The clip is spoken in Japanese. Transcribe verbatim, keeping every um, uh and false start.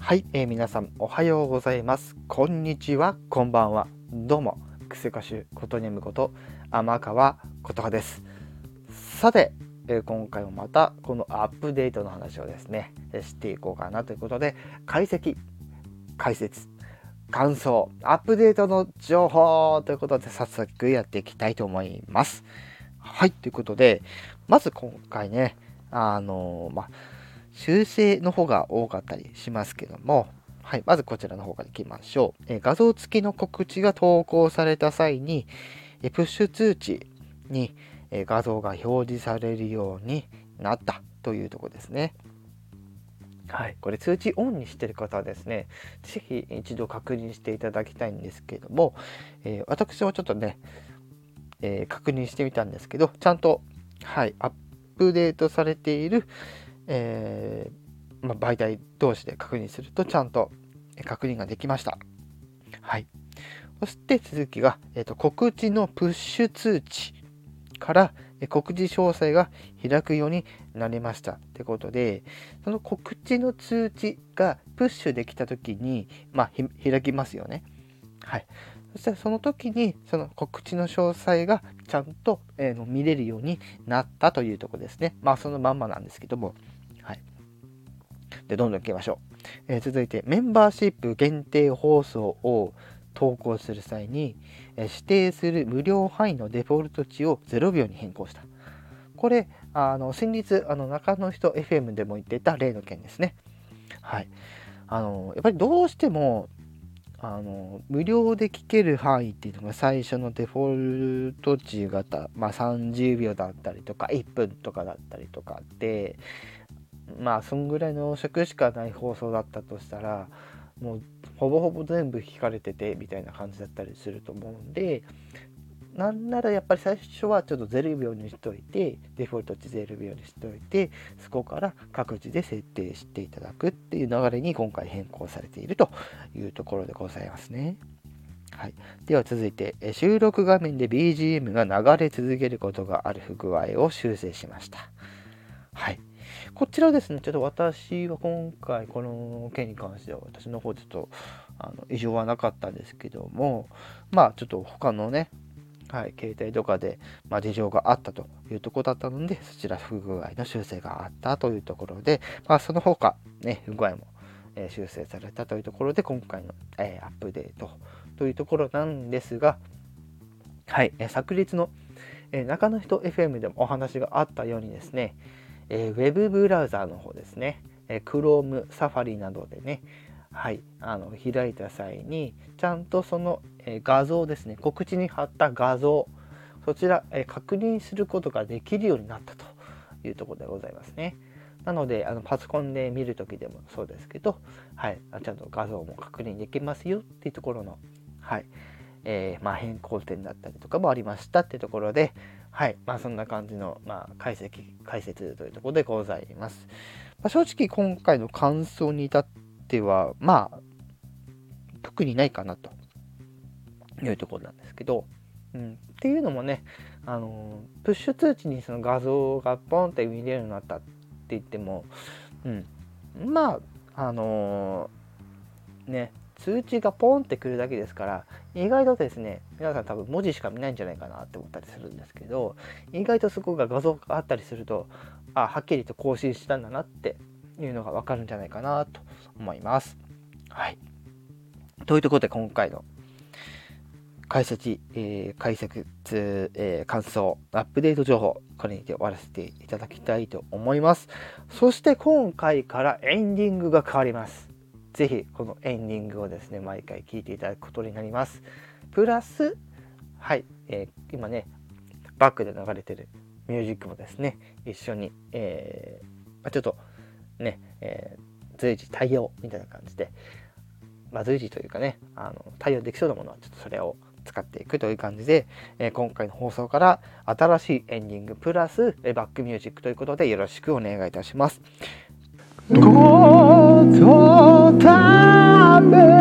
はい、えー皆さんおはようございます。こんにちは、こんばんは。どうも、クセ歌手ことにゃむこと天川琴葉です。さて、えー今回もまたこのアップデートの話をですね、えーしていこうかなということで、解析、解説、感想、アップデートの情報ということで早速やっていきたいと思います。はい、ということで、まず今回ね、あのーまあ修正の方が多かったりしますけども、はい、まずこちらの方からいきましょう。えー画像付きの告知が投稿された際に、えープッシュ通知に、えー画像が表示されるようになったというところですね。はい、これ通知オンにしている方はですね、ぜひ一度確認していただきたいんですけども、えー私もちょっとね、えー確認してみたんですけど、ちゃんと、はい、アップデートされているえーまあ、媒体同士で確認するとちゃんと確認ができました。はい。そして続きが、えーと、告知のプッシュ通知からえ告知詳細が開くようになりましたってことで、その告知の通知がプッシュできた時に、まあ、開きますよね。はい。そしたらその時にその告知の詳細がちゃんと、えー、見れるようになったというところですね。まあそのまんまなんですけども。はい。で、どんどん行きましょう。えー続いて、メンバーシップ限定放送を投稿する際に、えー指定する無料範囲のデフォルト値をゼロびょうに変更した。これ、あの先日、あの中の人 エフエム でも言ってた例の件ですね。はい。あのやっぱりどうしても、あの無料で聞ける範囲っていうのが最初のデフォルト値型、まあ、さんじゅうびょうだったりとかいっぷんとかだったりとかで、まあそんぐらいの尺しかない放送だったとしたら、もうほぼほぼ全部引かれててみたいな感じだったりすると思うんで、なんならやっぱり最初はちょっとゼロびょうにしといて、デフォルト値ゼロびょうにしといて、そこから各自で設定していただくっていう流れに今回変更されているというところでございますね。はい、では続いて、収録画面で ビージーエム が流れ続けることがある不具合を修正しました。はい。こちらですね、ちょっと私は今回この件に関しては私の方でちょっとあの異常はなかったんですけども、まあちょっと他のね、はい、携帯とかで、まあ、事情があったというところだったので、そちら不具合の修正があったというところで、まあ、その他、ね、不具合も、えー修正されたというところで、今回の、えーアップデートというところなんですが、はい、えー昨日の、えー中の人 エフエム でもお話があったようにですね、えーウェブブラウザーの方ですね、えー Chrome、Safari などでね、はい、あの開いた際にちゃんとその、えー画像ですね、告知に貼った画像、そちら、えー確認することができるようになったというところでございますね。なのであのパソコンで見るときでもそうですけど、はい、ちゃんと画像も確認できますよっていうところの、はいえーまあ、変更点だったりとかもありましたっていうところで、はいまあ、そんな感じの、まあ、解析解説というところでございます。まあ、正直今回の感想に至ってはまあ特にないかなというところなんですけど、うん、っていうのもね、あのプッシュ通知にその画像がポンって見れるようになったって言っても、うん、まああのーね通知がポンってくるだけですから、意外とですね、皆さん多分文字しか見ないんじゃないかなって思ったりするんですけど、意外とそこが画像があったりすると、あ、はっきりと更新したんだなっていうのがわかるんじゃないかなと思います。はい。というところで今回の解析、えー解説、えー感想、アップデート情報、これにて終わらせていただきたいと思います。そして今回からエンディングが変わります。ぜひこのエンディングをですね、毎回聞いていただくことになります。プラス、はい、えー今ね、バックで流れてるミュージックもですね、一緒に、えー、ちょっとね、えー、随時対応みたいな感じで、まあ、随時というかね、あの対応できそうなものはちょっとそれを使っていくという感じで、えー今回の放送から新しいエンディングプラス、えーバックミュージックということでよろしくお願いいたします。ごとため